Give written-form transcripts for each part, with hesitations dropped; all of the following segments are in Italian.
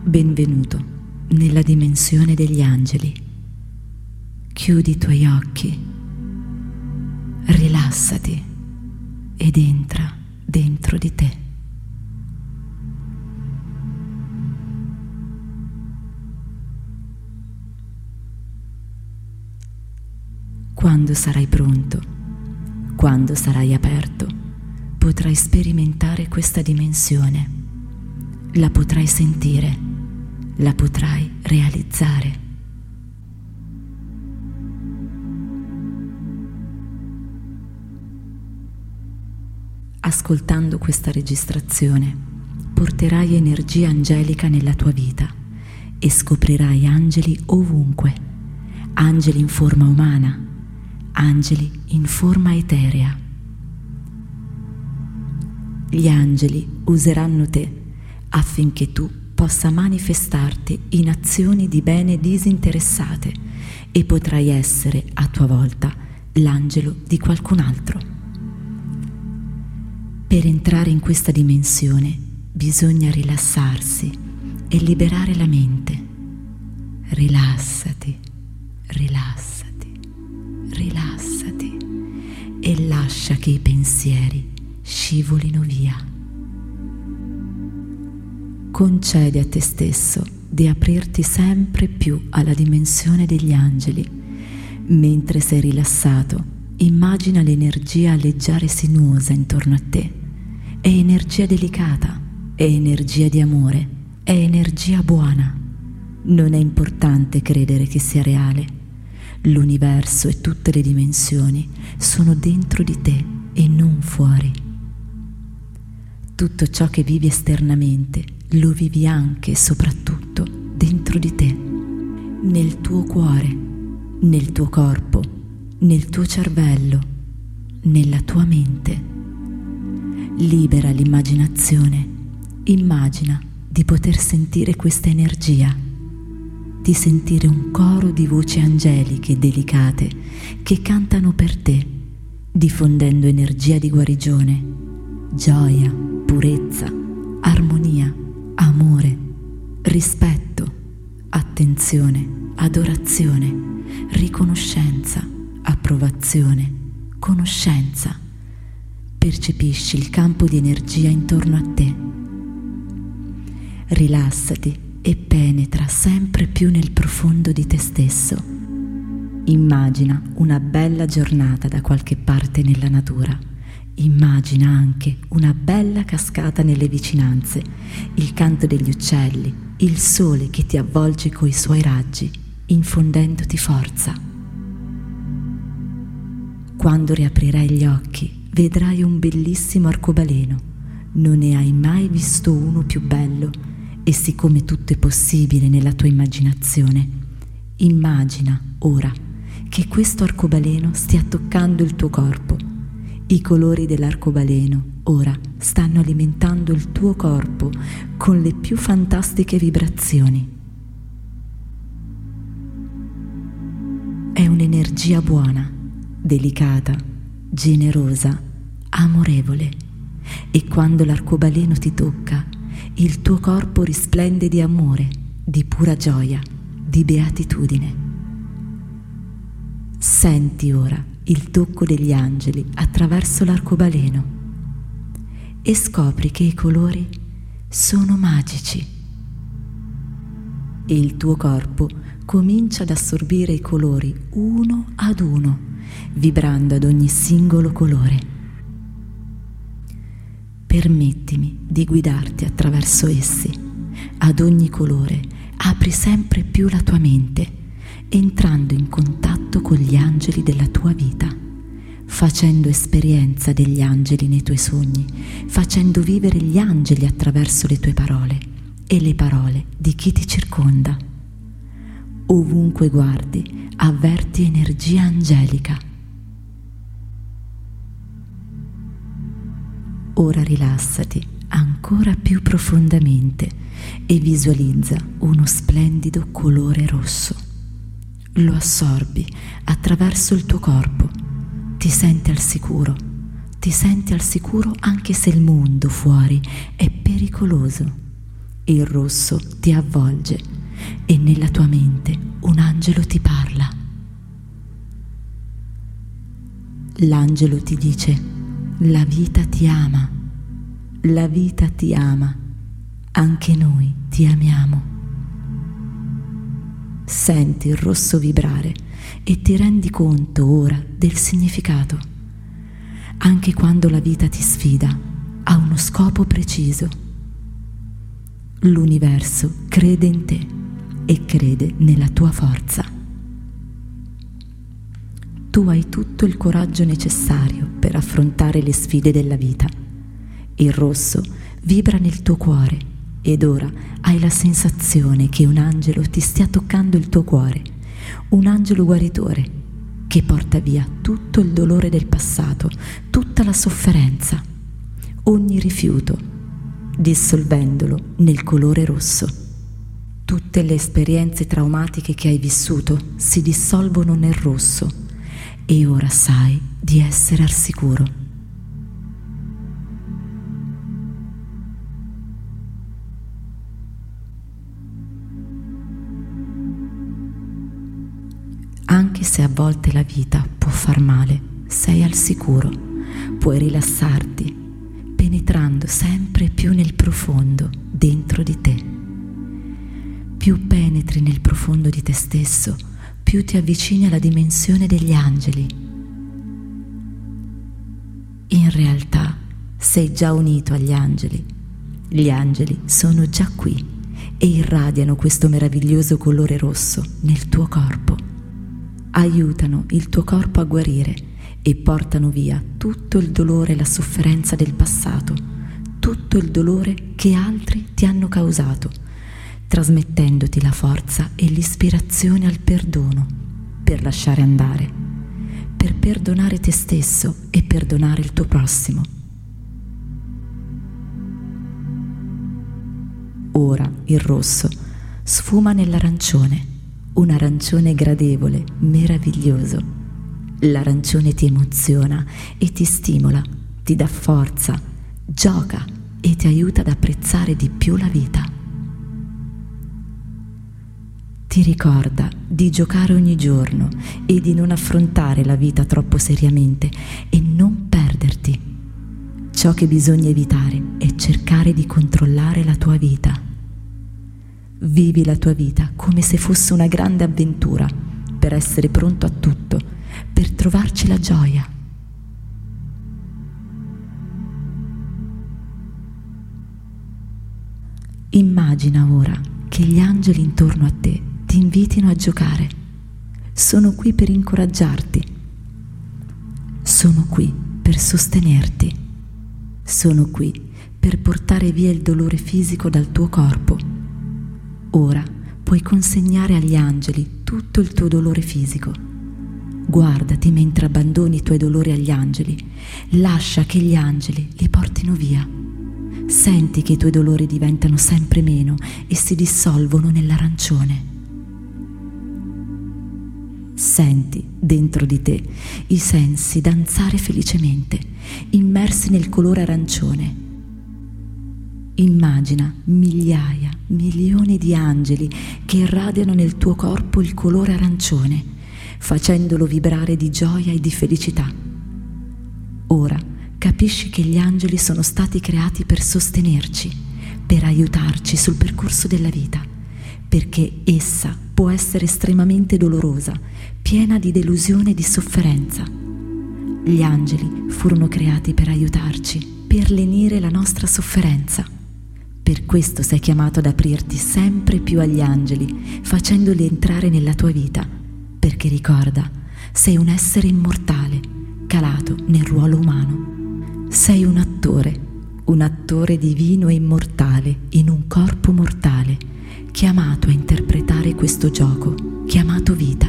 Benvenuto nella dimensione degli angeli. Chiudi i tuoi occhi, rilassati ed entra dentro di te. Quando sarai pronto, quando sarai aperto, potrai sperimentare questa dimensione. La potrai sentire, la potrai realizzare. Ascoltando questa registrazione, porterai energia angelica nella tua vita e scoprirai angeli ovunque, angeli in forma umana, angeli in forma eterea. Gli angeli useranno te affinché tu possa manifestarti in azioni di bene disinteressate e potrai essere a tua volta l'angelo di qualcun altro. Per entrare in questa dimensione bisogna rilassarsi e liberare la mente. Rilassati, rilassati, rilassati e lascia che i pensieri scivolino via. Concedi a te stesso di aprirti sempre più alla dimensione degli angeli. Mentre sei rilassato, immagina l'energia alleggiare e sinuosa intorno a te. È energia delicata, è energia di amore, è energia buona. Non è importante credere che sia reale. L'universo e tutte le dimensioni sono dentro di te e non fuori. Tutto ciò che vivi esternamente lo vivi anche e soprattutto dentro di te, nel tuo cuore, nel tuo corpo, nel tuo cervello, nella tua mente. Libera l'immaginazione, immagina di poter sentire questa energia, di sentire un coro di voci angeliche delicate che cantano per te, diffondendo energia di guarigione, gioia, purezza, armonia, amore, rispetto, attenzione, adorazione, riconoscenza, approvazione, conoscenza. Percepisci il campo di energia intorno a te. Rilassati e penetra sempre più nel profondo di te stesso. Immagina una bella giornata da qualche parte nella natura. Immagina anche una bella cascata nelle vicinanze, il canto degli uccelli, il sole che ti avvolge coi suoi raggi, infondendoti forza. Quando riaprirai gli occhi, vedrai un bellissimo arcobaleno. Non ne hai mai visto uno più bello e siccome tutto è possibile nella tua immaginazione, immagina ora che questo arcobaleno stia toccando il tuo corpo. I colori dell'arcobaleno ora stanno alimentando il tuo corpo con le più fantastiche vibrazioni. È un'energia buona, delicata, generosa, amorevole e quando l'arcobaleno ti tocca, il tuo corpo risplende di amore, di pura gioia, di beatitudine. Senti ora il tocco degli angeli attraverso l'arcobaleno e scopri che i colori sono magici e il tuo corpo comincia ad assorbire i colori uno ad uno, vibrando ad ogni singolo colore. Permettimi di guidarti attraverso essi. Ad ogni colore apri sempre più la tua mente, entrando in contatto con gli angeli della tua vita, facendo esperienza degli angeli nei tuoi sogni, facendo vivere gli angeli attraverso le tue parole e le parole di chi ti circonda. Ovunque guardi, avverti energia angelica. Ora rilassati ancora più profondamente e visualizza uno splendido colore rosso. Lo assorbi attraverso il tuo corpo. Ti senti al sicuro anche se il mondo fuori è pericoloso. Il rosso ti avvolge e nella tua mente un angelo ti parla. L'angelo ti dice: la vita ti ama, la vita ti ama, anche noi ti amiamo. Senti il rosso vibrare e ti rendi conto ora del significato. Anche quando la vita ti sfida, ha uno scopo preciso. L'universo crede in te e crede nella tua forza. Tu hai tutto il coraggio necessario per affrontare le sfide della vita. Il rosso vibra nel tuo cuore ed ora hai la sensazione che un angelo ti stia toccando il tuo cuore, un angelo guaritore che porta via tutto il dolore del passato, tutta la sofferenza, ogni rifiuto, dissolvendolo nel colore rosso. Tutte le esperienze traumatiche che hai vissuto si dissolvono nel rosso e ora sai di essere al sicuro. Anche se a volte la vita può far male, sei al sicuro, puoi rilassarti, penetrando sempre più nel profondo dentro di te. Più penetri nel profondo di te stesso, più ti avvicini alla dimensione degli angeli. In realtà sei già unito agli angeli. Gli angeli sono già qui e irradiano questo meraviglioso colore rosso nel tuo corpo. Aiutano il tuo corpo a guarire e portano via tutto il dolore e la sofferenza del passato, tutto il dolore che altri ti hanno causato, trasmettendoti la forza e l'ispirazione al perdono, per lasciare andare, per perdonare te stesso e perdonare il tuo prossimo. Ora il rosso sfuma nell'arancione, un arancione gradevole, meraviglioso. L'arancione ti emoziona e ti stimola, ti dà forza, gioca e ti aiuta ad apprezzare di più la vita. Ti ricorda di giocare ogni giorno e di non affrontare la vita troppo seriamente e non perderti. Ciò che bisogna evitare è cercare di controllare la tua vita. Vivi la tua vita come se fosse una grande avventura, per essere pronto a tutto, per trovarci la gioia. Immagina ora che gli angeli intorno a te ti invitino a giocare. Sono qui per incoraggiarti. Sono qui per sostenerti. Sono qui per portare via il dolore fisico dal tuo corpo. Ora puoi consegnare agli angeli tutto il tuo dolore fisico. Guardati mentre abbandoni i tuoi dolori agli angeli. Lascia che gli angeli li portino via. Senti che i tuoi dolori diventano sempre meno e si dissolvono nell'arancione. Senti dentro di te i sensi danzare felicemente, immersi nel colore arancione. Immagina migliaia, milioni di angeli che irradiano nel tuo corpo il colore arancione, facendolo vibrare di gioia e di felicità. Ora capisci che gli angeli sono stati creati per sostenerci, per aiutarci sul percorso della vita, perché essa può essere estremamente dolorosa, piena di delusione e di sofferenza. Gli angeli furono creati per aiutarci, per lenire la nostra sofferenza. Per questo sei chiamato ad aprirti sempre più agli angeli, facendoli entrare nella tua vita, perché ricorda, sei un essere immortale, calato nel ruolo umano. Sei un attore divino e immortale in un corpo mortale, chiamato a interpretare questo gioco, chiamato vita.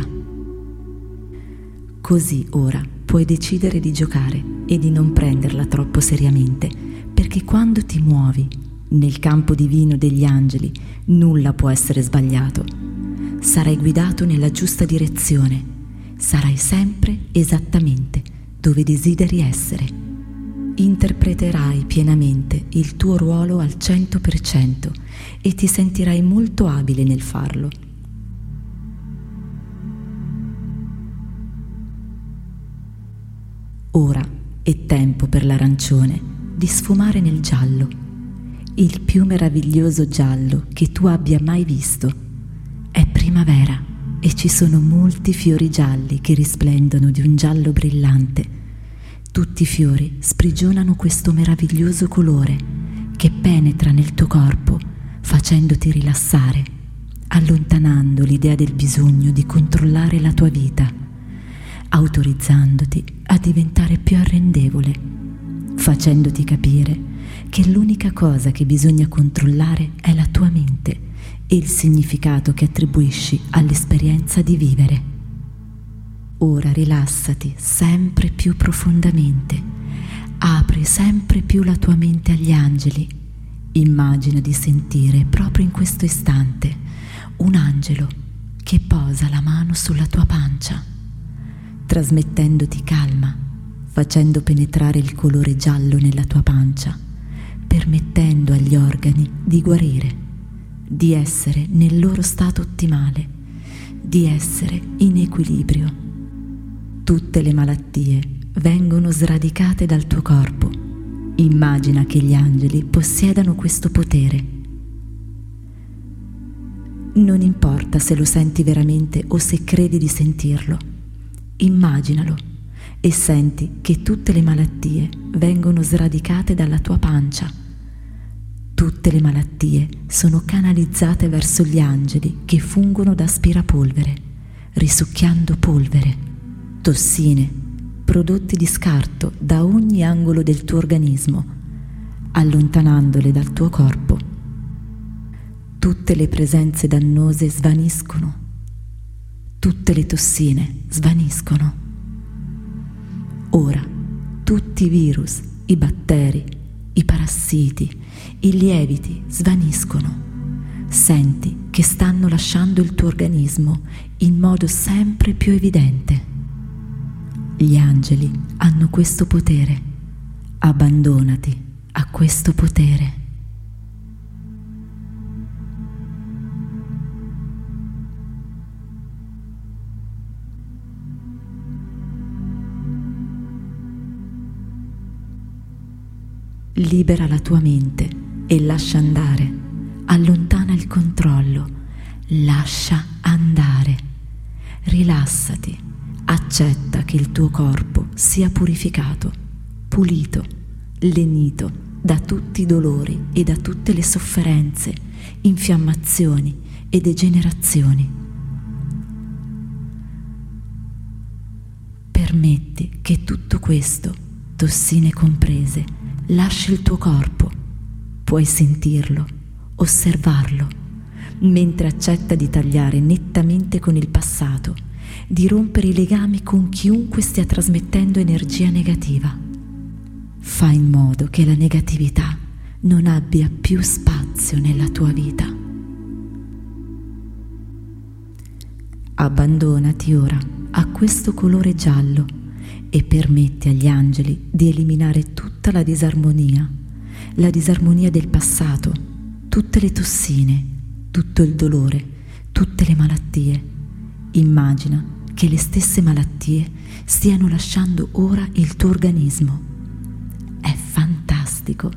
Così ora puoi decidere di giocare e di non prenderla troppo seriamente, perché quando ti muovi nel campo divino degli angeli, nulla può essere sbagliato. Sarai guidato nella giusta direzione, sarai sempre esattamente dove desideri essere. interpreterai pienamente il tuo ruolo al 100% e ti sentirai molto abile nel farlo. Ora è tempo per l'arancione di sfumare nel giallo, il più meraviglioso giallo che tu abbia mai visto. È primavera e ci sono molti fiori gialli che risplendono di un giallo brillante. Tutti i fiori sprigionano questo meraviglioso colore che penetra nel tuo corpo, facendoti rilassare, allontanando l'idea del bisogno di controllare la tua vita, autorizzandoti a diventare più arrendevole, facendoti capire che l'unica cosa che bisogna controllare è la tua mente e il significato che attribuisci all'esperienza di vivere. Ora rilassati sempre più profondamente, apri sempre più la tua mente agli angeli. Immagina di sentire proprio in questo istante un angelo che posa la mano sulla tua pancia, trasmettendoti calma, facendo penetrare il colore giallo nella tua pancia, permettendo agli organi di guarire, di essere nel loro stato ottimale, di essere in equilibrio. Tutte le malattie vengono sradicate dal tuo corpo. Immagina che gli angeli possiedano questo potere. Non importa se lo senti veramente o se credi di sentirlo. Immaginalo e senti che tutte le malattie vengono sradicate dalla tua pancia. Tutte le malattie sono canalizzate verso gli angeli che fungono da aspirapolvere, risucchiando polvere, tossine, prodotti di scarto da ogni angolo del tuo organismo, allontanandole dal tuo corpo. Tutte le presenze dannose svaniscono, tutte le tossine svaniscono. Ora tutti i virus, i batteri, i parassiti, i lieviti svaniscono. Senti che stanno lasciando il tuo organismo in modo sempre più evidente. Gli angeli hanno questo potere. Abbandonati a questo potere. Libera la tua mente e lascia andare. Allontana il controllo. Lascia andare. Rilassati. Accetta che il tuo corpo sia purificato, pulito, lenito da tutti i dolori e da tutte le sofferenze, infiammazioni e degenerazioni. Permetti che tutto questo, tossine comprese, lasci il tuo corpo. Puoi sentirlo, osservarlo, mentre accetta di tagliare nettamente con il passato, di rompere i legami con chiunque stia trasmettendo energia negativa. Fai in modo che la negatività non abbia più spazio nella tua vita. Abbandonati ora a questo colore giallo e permetti agli angeli di eliminare tutta la disarmonia del passato, tutte le tossine, tutto il dolore, tutte le malattie. Immagina che le stesse malattie stiano lasciando ora il tuo organismo. È fantastico.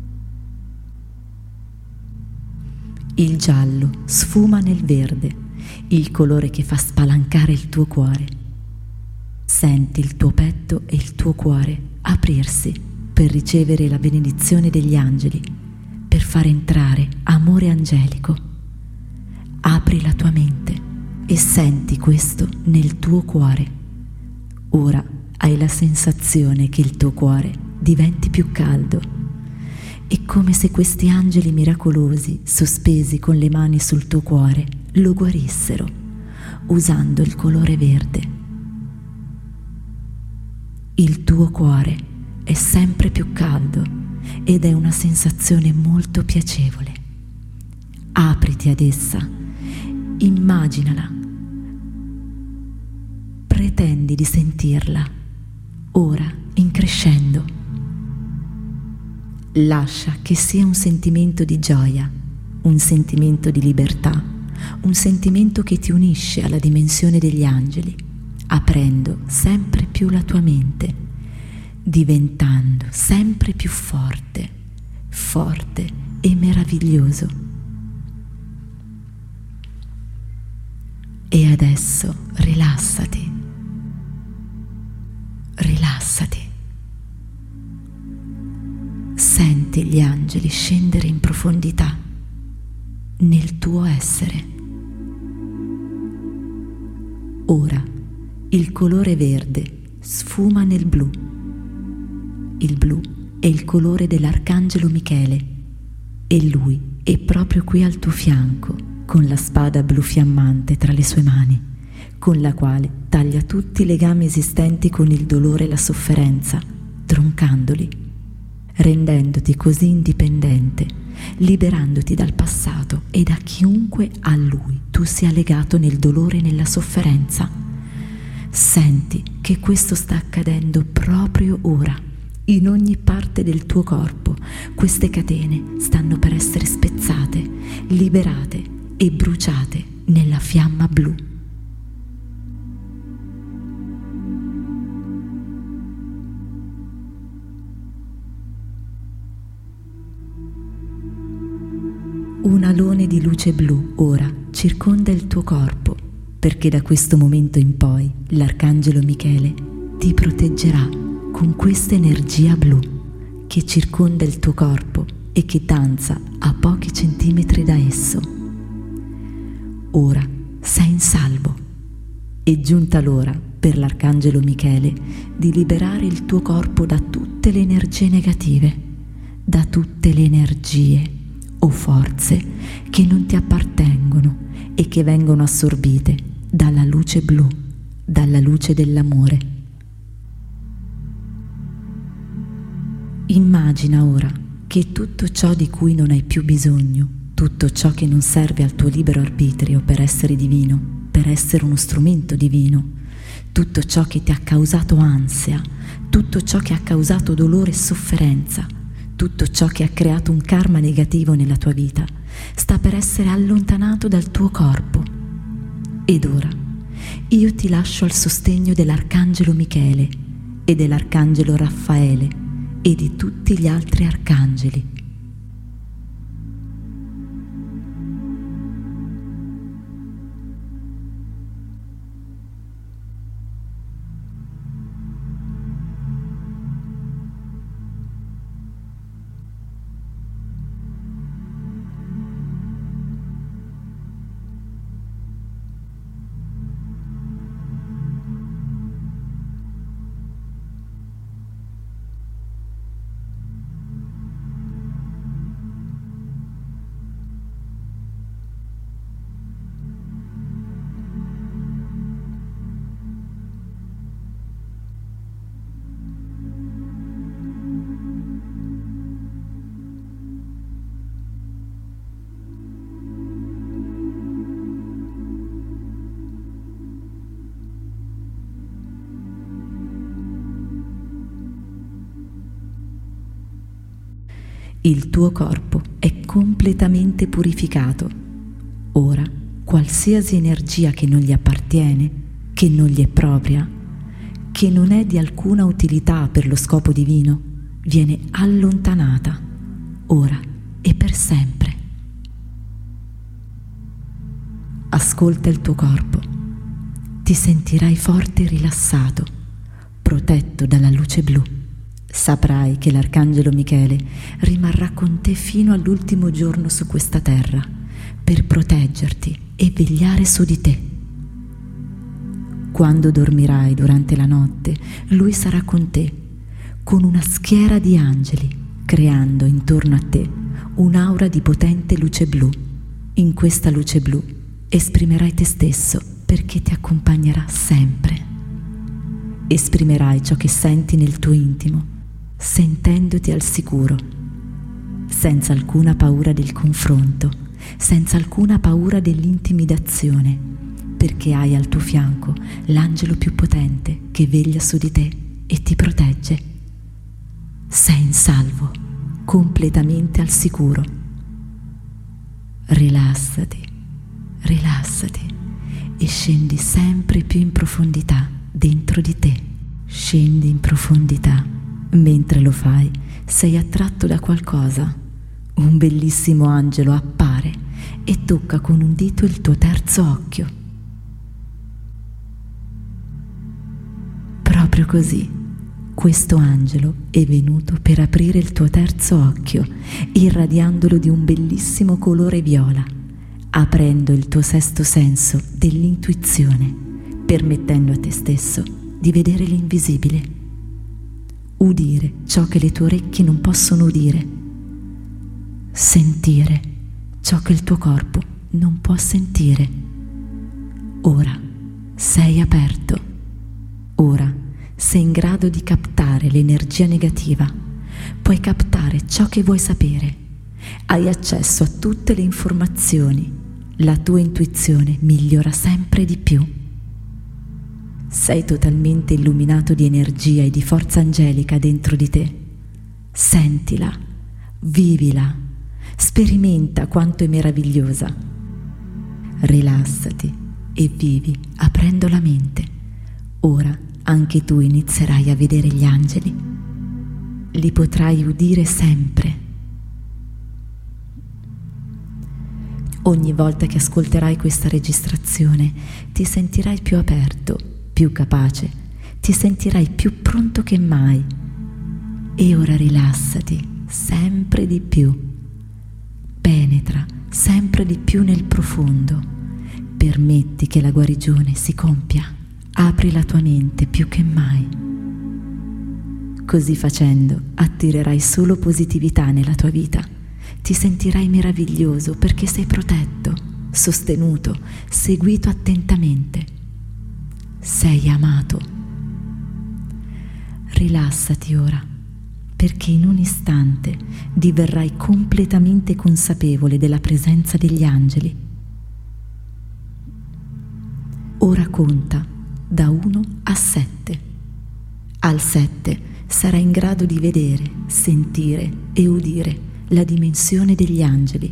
Il giallo sfuma nel verde, il colore che fa spalancare il tuo cuore. Senti il tuo petto e il tuo cuore aprirsi per ricevere la benedizione degli angeli, per far entrare amore angelico. Apri la tua mente e senti questo nel tuo cuore. Ora hai la sensazione che il tuo cuore diventi più caldo. È come se questi angeli miracolosi, sospesi con le mani sul tuo cuore, lo guarissero, usando il colore verde. Il tuo cuore è sempre più caldo ed è una sensazione molto piacevole. Apriti ad essa, immaginala, pretendi di sentirla, ora in crescendo. lascia che sia un sentimento di gioia, un sentimento di libertà, un sentimento che ti unisce alla dimensione degli angeli, aprendo sempre più la tua mente, diventando sempre più forte, forte e meraviglioso. E adesso rilassati, rilassati. Senti gli angeli scendere in profondità nel tuo essere. Ora il colore verde sfuma nel blu. Il blu è il colore dell'Arcangelo Michele e lui è proprio qui al tuo fianco con la spada blu fiammante tra le sue mani, con la quale taglia tutti i legami esistenti con il dolore e la sofferenza, troncandoli, rendendoti così indipendente, liberandoti dal passato e da chiunque a lui tu sia legato nel dolore e nella sofferenza. Senti che questo sta accadendo proprio ora, in ogni parte del tuo corpo. Queste catene stanno per essere spezzate, liberate e bruciate nella fiamma blu. Un alone di luce blu ora circonda il tuo corpo, perché da questo momento in poi l'Arcangelo Michele ti proteggerà con questa energia blu che circonda il tuo corpo e che danza a pochi centimetri da esso. Ora sei in salvo. È giunta l'ora per l'Arcangelo Michele di liberare il tuo corpo da tutte le energie negative, da tutte le energie o forze che non ti appartengono e che vengono assorbite dalla luce blu, dalla luce dell'amore. Immagina ora che tutto ciò di cui non hai più bisogno, tutto ciò che non serve al tuo libero arbitrio per essere divino, per essere uno strumento divino, tutto ciò che ti ha causato ansia, tutto ciò che ha causato dolore e sofferenza, tutto ciò che ha creato un karma negativo nella tua vita, sta per essere allontanato dal tuo corpo. Ed ora io ti lascio al sostegno dell'Arcangelo Michele e dell'Arcangelo Raffaele e di tutti gli altri arcangeli. Il tuo corpo è completamente purificato. Ora, qualsiasi energia che non gli appartiene, che non gli è propria, che non è di alcuna utilità per lo scopo divino, viene allontanata, ora e per sempre. Ascolta il tuo corpo. Ti sentirai forte e rilassato, protetto dalla luce blu. Saprai che l'Arcangelo Michele rimarrà con te fino all'ultimo giorno su questa terra per proteggerti e vegliare su di te. Quando dormirai durante la notte, lui sarà con te, con una schiera di angeli, creando intorno a te un'aura di potente luce blu. In questa luce blu esprimerai te stesso perché ti accompagnerà sempre. Esprimerai ciò che senti nel tuo intimo, sentendoti al sicuro, senza alcuna paura del confronto, senza alcuna paura dell'intimidazione, perché hai al tuo fianco l'angelo più potente che veglia su di te e ti protegge. Sei in salvo, completamente al sicuro. Rilassati, rilassati e scendi sempre più in profondità dentro di te. Scendi in profondità. Mentre lo fai, sei attratto da qualcosa. Un bellissimo angelo appare e tocca con un dito il tuo terzo occhio. Proprio così, questo angelo è venuto per aprire il tuo terzo occhio, irradiandolo di un bellissimo colore viola, aprendo il tuo sesto senso dell'intuizione, permettendo a te stesso di vedere l'invisibile, udire ciò che le tue orecchie non possono udire, sentire ciò che il tuo corpo non può sentire. Ora sei aperto, ora sei in grado di captare l'energia negativa, puoi captare ciò che vuoi sapere, hai accesso a tutte le informazioni, la tua intuizione migliora sempre di più. Sei totalmente illuminato di energia e di forza angelica dentro di te. Sentila, vivila, sperimenta quanto è meravigliosa. Rilassati e vivi aprendo la mente. Ora anche tu inizierai a vedere gli angeli. Li potrai udire sempre. Ogni volta che ascolterai questa registrazione ti sentirai più aperto, più capace, ti sentirai più pronto che mai. E ora rilassati sempre di più. Penetra sempre di più nel profondo. Permetti che la guarigione si compia. Apri la tua mente più che mai. Così facendo attirerai solo positività nella tua vita. Ti sentirai meraviglioso perché sei protetto, sostenuto, seguito attentamente. Sei amato. Rilassati ora, perché in un istante diverrai completamente consapevole della presenza degli angeli. Ora conta da 1 a 7. Al 7 sarai in grado di vedere, sentire e udire la dimensione degli angeli.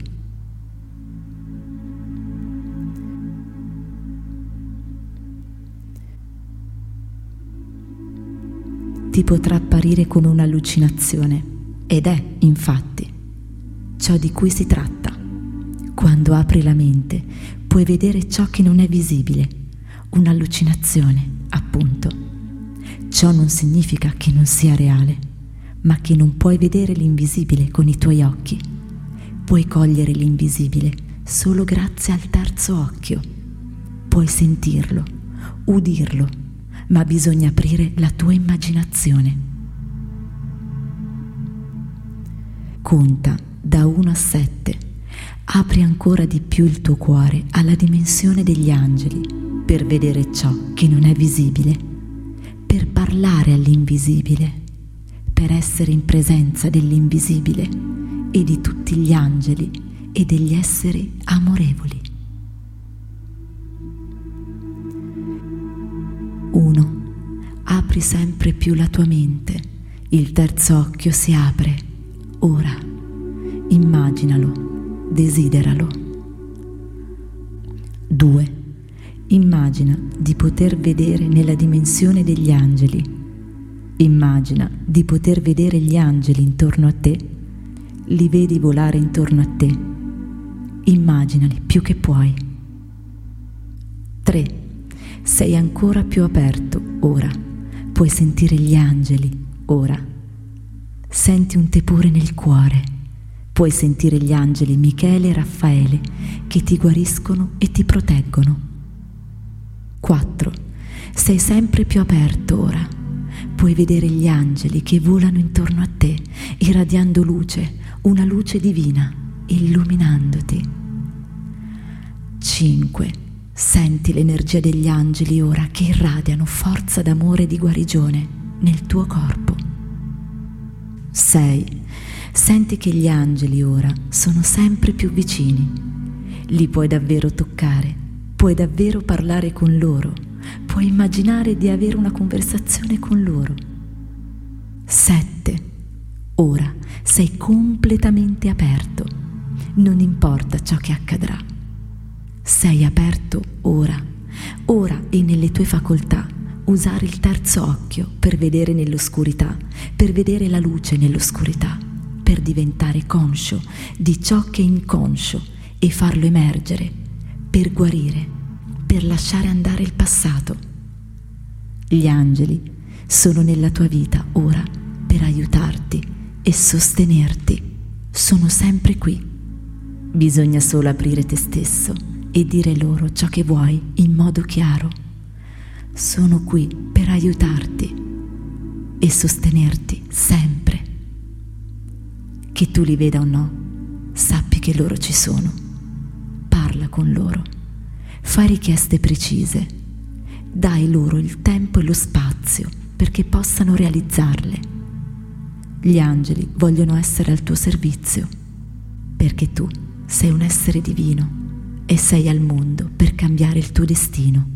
Ti potrà apparire come un'allucinazione, ed è, infatti, ciò di cui si tratta. Quando apri la mente, puoi vedere ciò che non è visibile. Un'allucinazione, appunto. Ciò non significa che non sia reale, ma che non puoi vedere l'invisibile con i tuoi occhi. Puoi cogliere l'invisibile solo grazie al terzo occhio. Puoi sentirlo, udirlo, ma bisogna aprire la tua immaginazione. Conta da 1 a 7. Apri ancora di più il tuo cuore alla dimensione degli angeli, per vedere ciò che non è visibile, per parlare all'invisibile, per essere in presenza dell'invisibile e di tutti gli angeli e degli esseri amorevoli. 1. Apri sempre più la tua mente, il terzo occhio si apre, ora, immaginalo, desideralo. 2. Immagina di poter vedere nella dimensione degli angeli. Immagina di poter vedere gli angeli intorno a te. Li vedi volare intorno a te. Immaginali più che puoi. 3. Sei ancora più aperto ora. Puoi sentire gli angeli ora. Senti un tepore nel cuore. Puoi sentire gli angeli Michele e Raffaele che ti guariscono e ti proteggono. 4. Sei sempre più aperto ora. Puoi vedere gli angeli che volano intorno a te, irradiando luce, una luce divina, illuminandoti. 5. Senti l'energia degli angeli ora che irradiano forza d'amore e di guarigione nel tuo corpo. 6. Senti che gli angeli ora sono sempre più vicini. Li puoi davvero toccare. Puoi davvero parlare con loro, puoi immaginare di avere una conversazione con loro. 7. Ora sei completamente aperto, non importa ciò che accadrà. Sei aperto ora e nelle tue facoltà usare il terzo occhio per vedere nell'oscurità, per vedere la luce nell'oscurità, per diventare conscio di ciò che è inconscio e farlo emergere, per guarire, per lasciare andare il passato. Gli angeli sono nella tua vita ora per aiutarti e sostenerti. Sono sempre qui. Bisogna solo aprire te stesso e dire loro ciò che vuoi in modo chiaro. Sono qui per aiutarti e sostenerti sempre. Che tu li veda o no, sappi che loro ci sono. Parla con loro, fai richieste precise, dai loro il tempo e lo spazio perché possano realizzarle. Gli angeli vogliono essere al tuo servizio, perché tu sei un essere divino e sei al mondo per cambiare il tuo destino.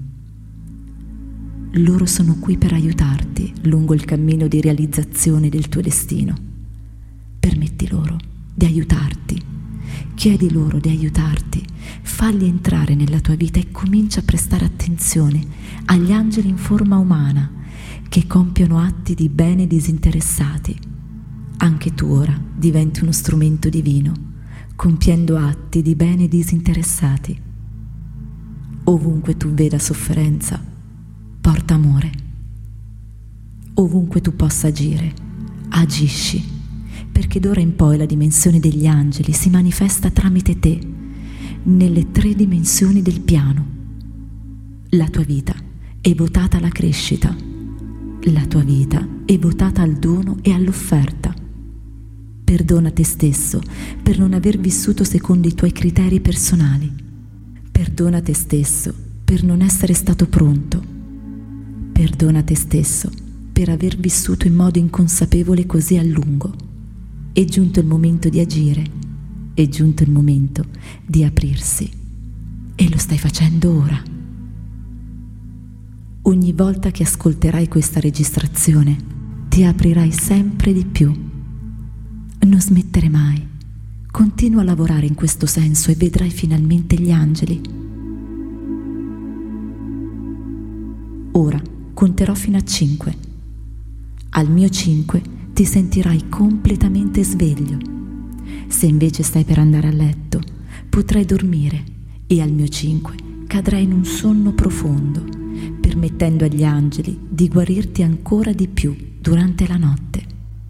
Loro sono qui per aiutarti lungo il cammino di realizzazione del tuo destino. Permetti loro di aiutarti, chiedi loro di aiutarti, falli entrare nella tua vita e comincia a prestare attenzione agli angeli in forma umana che compiono atti di bene disinteressati. Anche tu ora diventi uno strumento divino, compiendo atti di bene disinteressati. Ovunque tu veda sofferenza, porta amore. Ovunque tu possa agire, agisci, perché d'ora in poi la dimensione degli angeli si manifesta tramite te, nelle 3 dimensioni del piano. La tua vita è votata alla crescita, la tua vita è votata al dono e all'offerta. Perdona te stesso per non aver vissuto secondo i tuoi criteri personali. Perdona te stesso per non essere stato pronto. Perdona te stesso per aver vissuto in modo inconsapevole così a lungo. È giunto il momento di agire, è giunto il momento di aprirsi e lo stai facendo ora. Ogni volta che ascolterai questa registrazione ti aprirai sempre di più. Non smettere mai, continua a lavorare in questo senso e vedrai finalmente gli angeli. Ora conterò fino a 5. Al mio 5 ti sentirai completamente sveglio. Se invece stai per andare a letto, potrai dormire e al mio 5 cadrai in un sonno profondo, permettendo agli angeli di guarirti ancora di più durante la notte.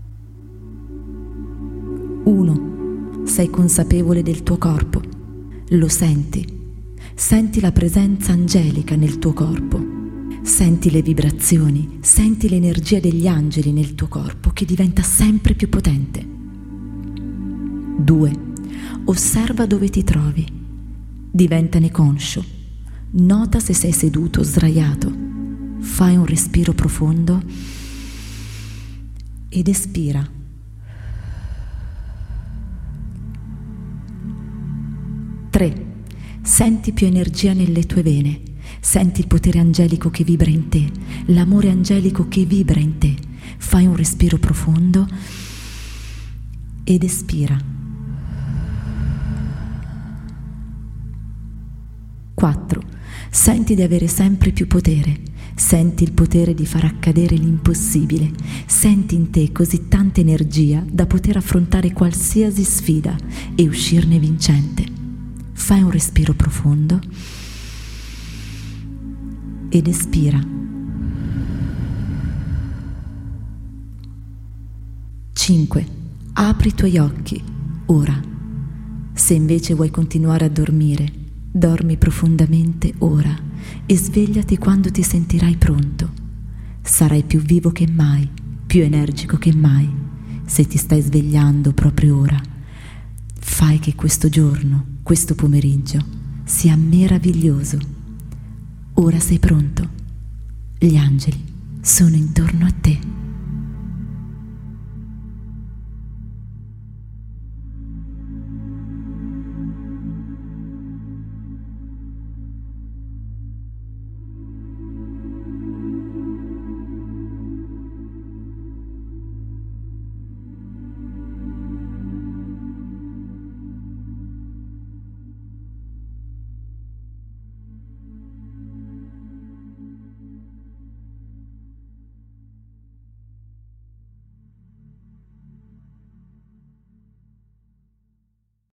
1. Sei consapevole del tuo corpo. Lo senti. Senti la presenza angelica nel tuo corpo. Senti le vibrazioni, senti l'energia degli angeli nel tuo corpo che diventa sempre più potente. 2. Osserva dove ti trovi. Diventane conscio. Nota se sei seduto o sdraiato. Fai un respiro profondo ed espira. 3. Senti più energia nelle tue vene. Senti il potere angelico che vibra in te, l'amore angelico che vibra in te. Fai un respiro profondo ed espira. 4. Senti di avere sempre più potere. Senti il potere di far accadere l'impossibile. Senti in te così tanta energia da poter affrontare qualsiasi sfida e uscirne vincente. Fai un respiro profondo ed espira. 5. Apri i tuoi occhi, ora. Se invece vuoi continuare a dormire, dormi profondamente ora e svegliati quando ti sentirai pronto. Sarai più vivo che mai, più energico che mai. Se ti stai svegliando proprio ora, fai che questo giorno, questo pomeriggio, sia meraviglioso. Ora sei pronto. Gli angeli sono intorno a te.